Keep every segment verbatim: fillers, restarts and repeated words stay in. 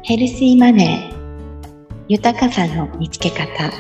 ヘルシーマネー、豊かさの見つけ方。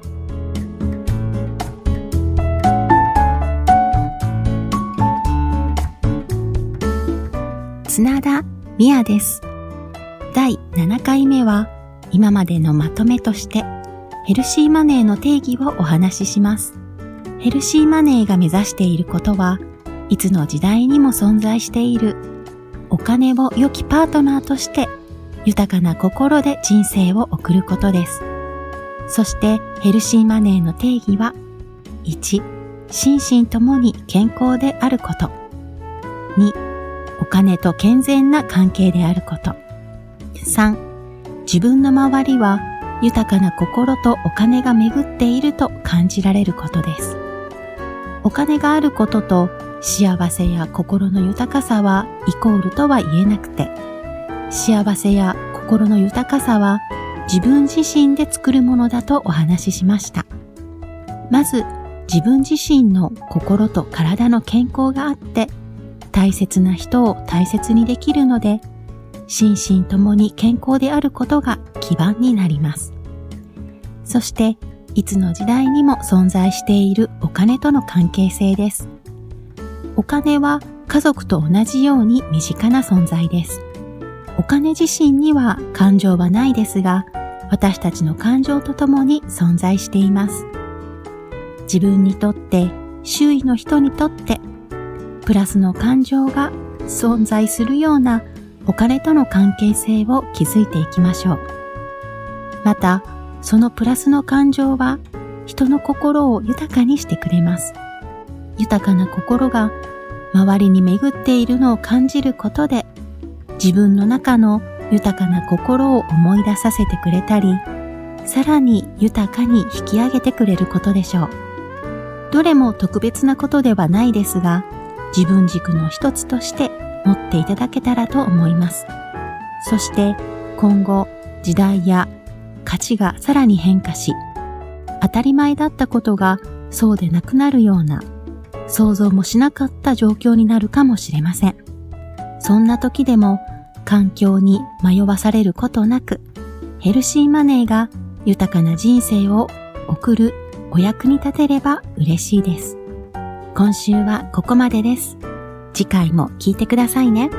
綱田美也です。だいななかいめは今までのまとめとしてヘルシーマネーの定義をお話しします。ヘルシーマネーが目指していることはいつの時代にも存在しているお金を良きパートナーとして豊かな心で人生を送ることです。そしてヘルシーマネーの定義はいち、心身ともに健康であること。に、お金と健全な関係であること。さん、自分の周りは豊かな心とお金が巡っていると感じられることです。お金があることと幸せや心の豊かさはイコールとは言えなくて、幸せや心の豊かさは自分自身で作るものだとお話ししました。まず自分自身の心と体の健康があって大切な人を大切にできるので、心身ともに健康であることが基盤になります。そしていつの時代にも存在しているお金との関係性です。お金は家族と同じように身近な存在です。お金自身には感情はないですが、私たちの感情とともに存在しています。自分にとって、周囲の人にとって、プラスの感情が存在するようなお金との関係性を築いていきましょう。また、そのプラスの感情は人の心を豊かにしてくれます。豊かな心が周りに巡っているのを感じることで、自分の中の豊かな心を思い出させてくれたり、さらに豊かに引き上げてくれることでしょう。どれも特別なことではないですが、自分軸の一つとして持っていただけたらと思います。そして今後、時代や価値がさらに変化し、当たり前だったことがそうでなくなるような、想像もしなかった状況になるかもしれません。そんな時でも環境に迷わされることなく、ヘルシーマネーが豊かな人生を送るお役に立てれば嬉しいです。今週はここまでです。次回も聞いてくださいね。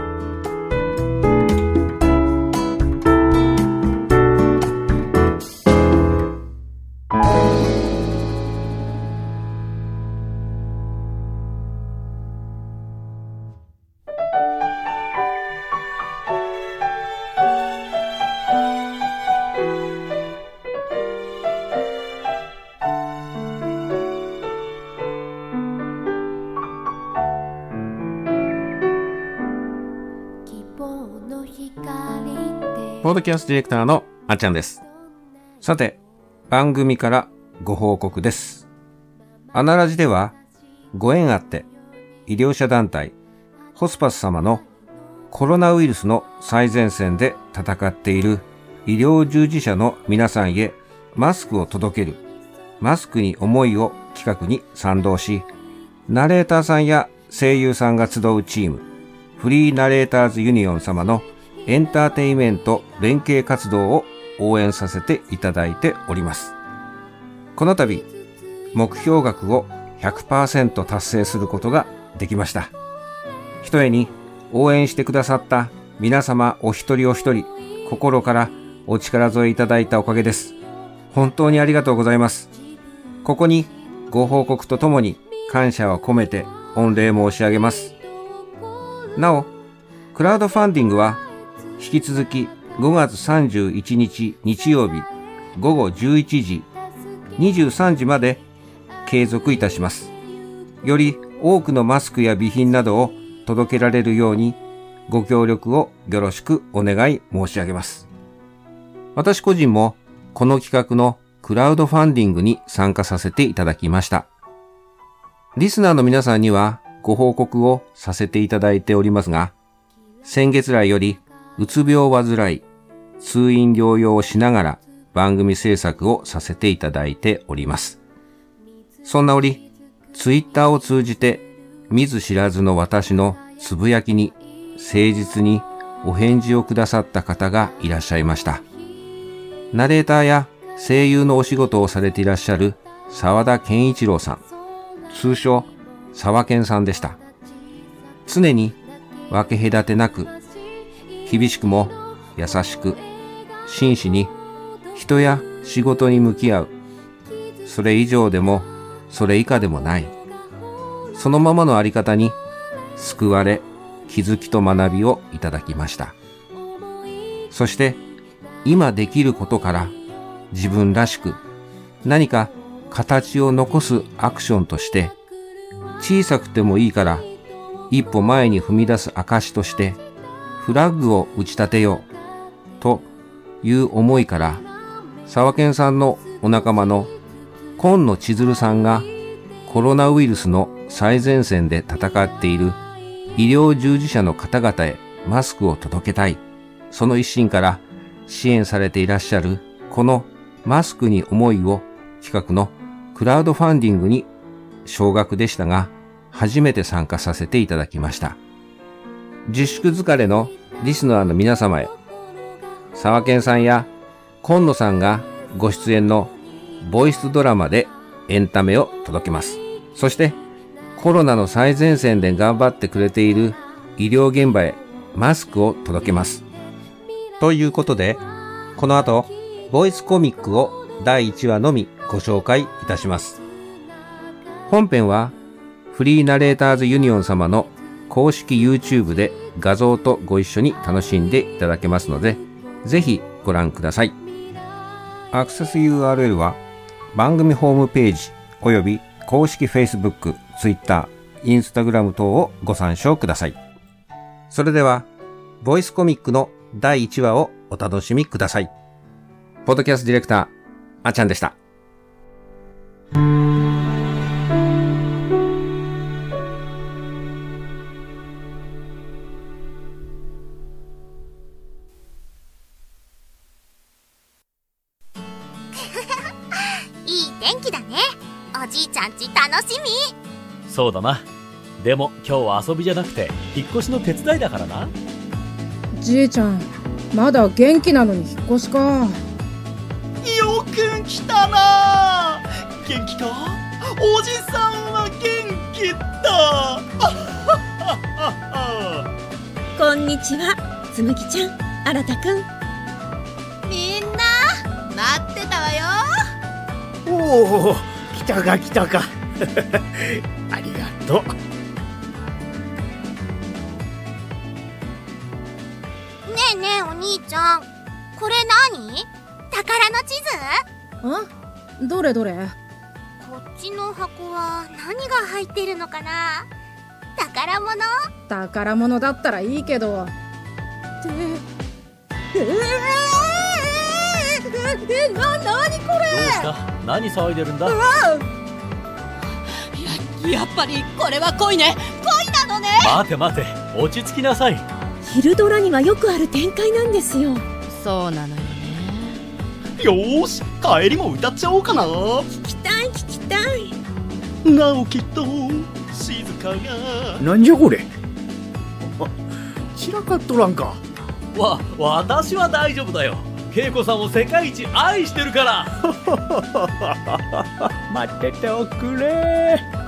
ポッドキャストディレクターのあっちゃんです。さて、番組からご報告です。アナラジではご縁あって医療者団体ホスパス様のコロナウイルスの最前線で戦っている医療従事者の皆さんへマスクを届けるマスクに思いを企画に賛同し、ナレーターさんや声優さんが集うチームフリーナレーターズユニオン様のエンターテイメント連携活動を応援させていただいております。この度、目標額を ひゃくパーセント 達成することができました。ひとえに応援してくださった皆様お一人お一人、心からお力添えいただいたおかげです。本当にありがとうございます。ここにご報告とともに感謝を込めて御礼申し上げます。なお、クラウドファンディングは引き続きごがつさんじゅういちにち日曜日ごごじゅういちじにじゅうさんじまで継続いたします。より多くのマスクや備品などを届けられるようにご協力をよろしくお願い申し上げます。私個人もこの企画のクラウドファンディングに参加させていただきました。リスナーの皆さんにはご報告をさせていただいておりますが、先月来よりうつ病を患い、通院療養をしながら番組制作をさせていただいております。そんな折、ツイッターを通じて見ず知らずの私のつぶやきに誠実にお返事をくださった方がいらっしゃいました。ナレーターや声優のお仕事をされていらっしゃる沢田健一郎さん、通称沢健さんでした。常に分け隔てなく、厳しくも優しく、真摯に人や仕事に向き合う。それ以上でもそれ以下でもない。そのままのあり方に救われ、気づきと学びをいただきました。そして今できることから自分らしく何か形を残すアクションとして、小さくてもいいから一歩前に踏み出す証としてフラッグを打ち立てようという思いから、沢健さんのお仲間の今野千鶴さんがコロナウイルスの最前線で戦っている医療従事者の方々へマスクを届けたい、その一心から支援されていらっしゃるこのマスクに思いを企画のクラウドファンディングに少額でしたが初めて参加させていただきました。自粛疲れのリスナーの皆様へ、沢健さんや今野さんがご出演のボイスドラマでエンタメを届けます。そしてコロナの最前線で頑張ってくれている医療現場へマスクを届けます。ということで、この後ボイスコミックをだいいちわのみご紹介いたします。本編はフリーナレーターズユニオン様の公式 YouTube で画像とご一緒に楽しんでいただけますので、ぜひご覧ください。アクセス ユーアールエル は番組ホームページおよび公式 Facebook、Twitter、Instagram 等をご参照ください。それでは、ボイスコミックのだいいちわをお楽しみください。ポッドキャストディレクター、あっちゃんでした。 いい天気だね。おじいちゃんち楽しみ。 そうだな。でも今日は遊びじゃなくて引っ越しの手伝いだからな。 じいちゃんまだ元気なのに引っ越しか。 よく来たな。元気か。おじさんは元気だ。 こんにちは、つむぎちゃん、あらたくん。 みんな待ってたわよ。 おお、来たか来たか。ありがとう。 ねえねえお兄ちゃん、これ何？宝の地図？ ん？どれどれ？ こっちの箱は何が入ってるのかな？宝物？ 宝物だったらいいけど。ってえー、えー、な、なにこれ？ どうした？何騒いでるんだ？ や、やっぱりこれは恋ね。恋なのね。 待て待て、落ち着きなさい。 昼ドラにはよくある展開なんですよ。 そうなのよね。 よーし、帰りも歌っちゃおうかな。 聞きたい聞きたい。 直樹と静香が。 なんじゃこれ。散らかっとらんか。 わ、私は大丈夫だよ。恵子さんを世界一愛してるから。 待ってておくれ。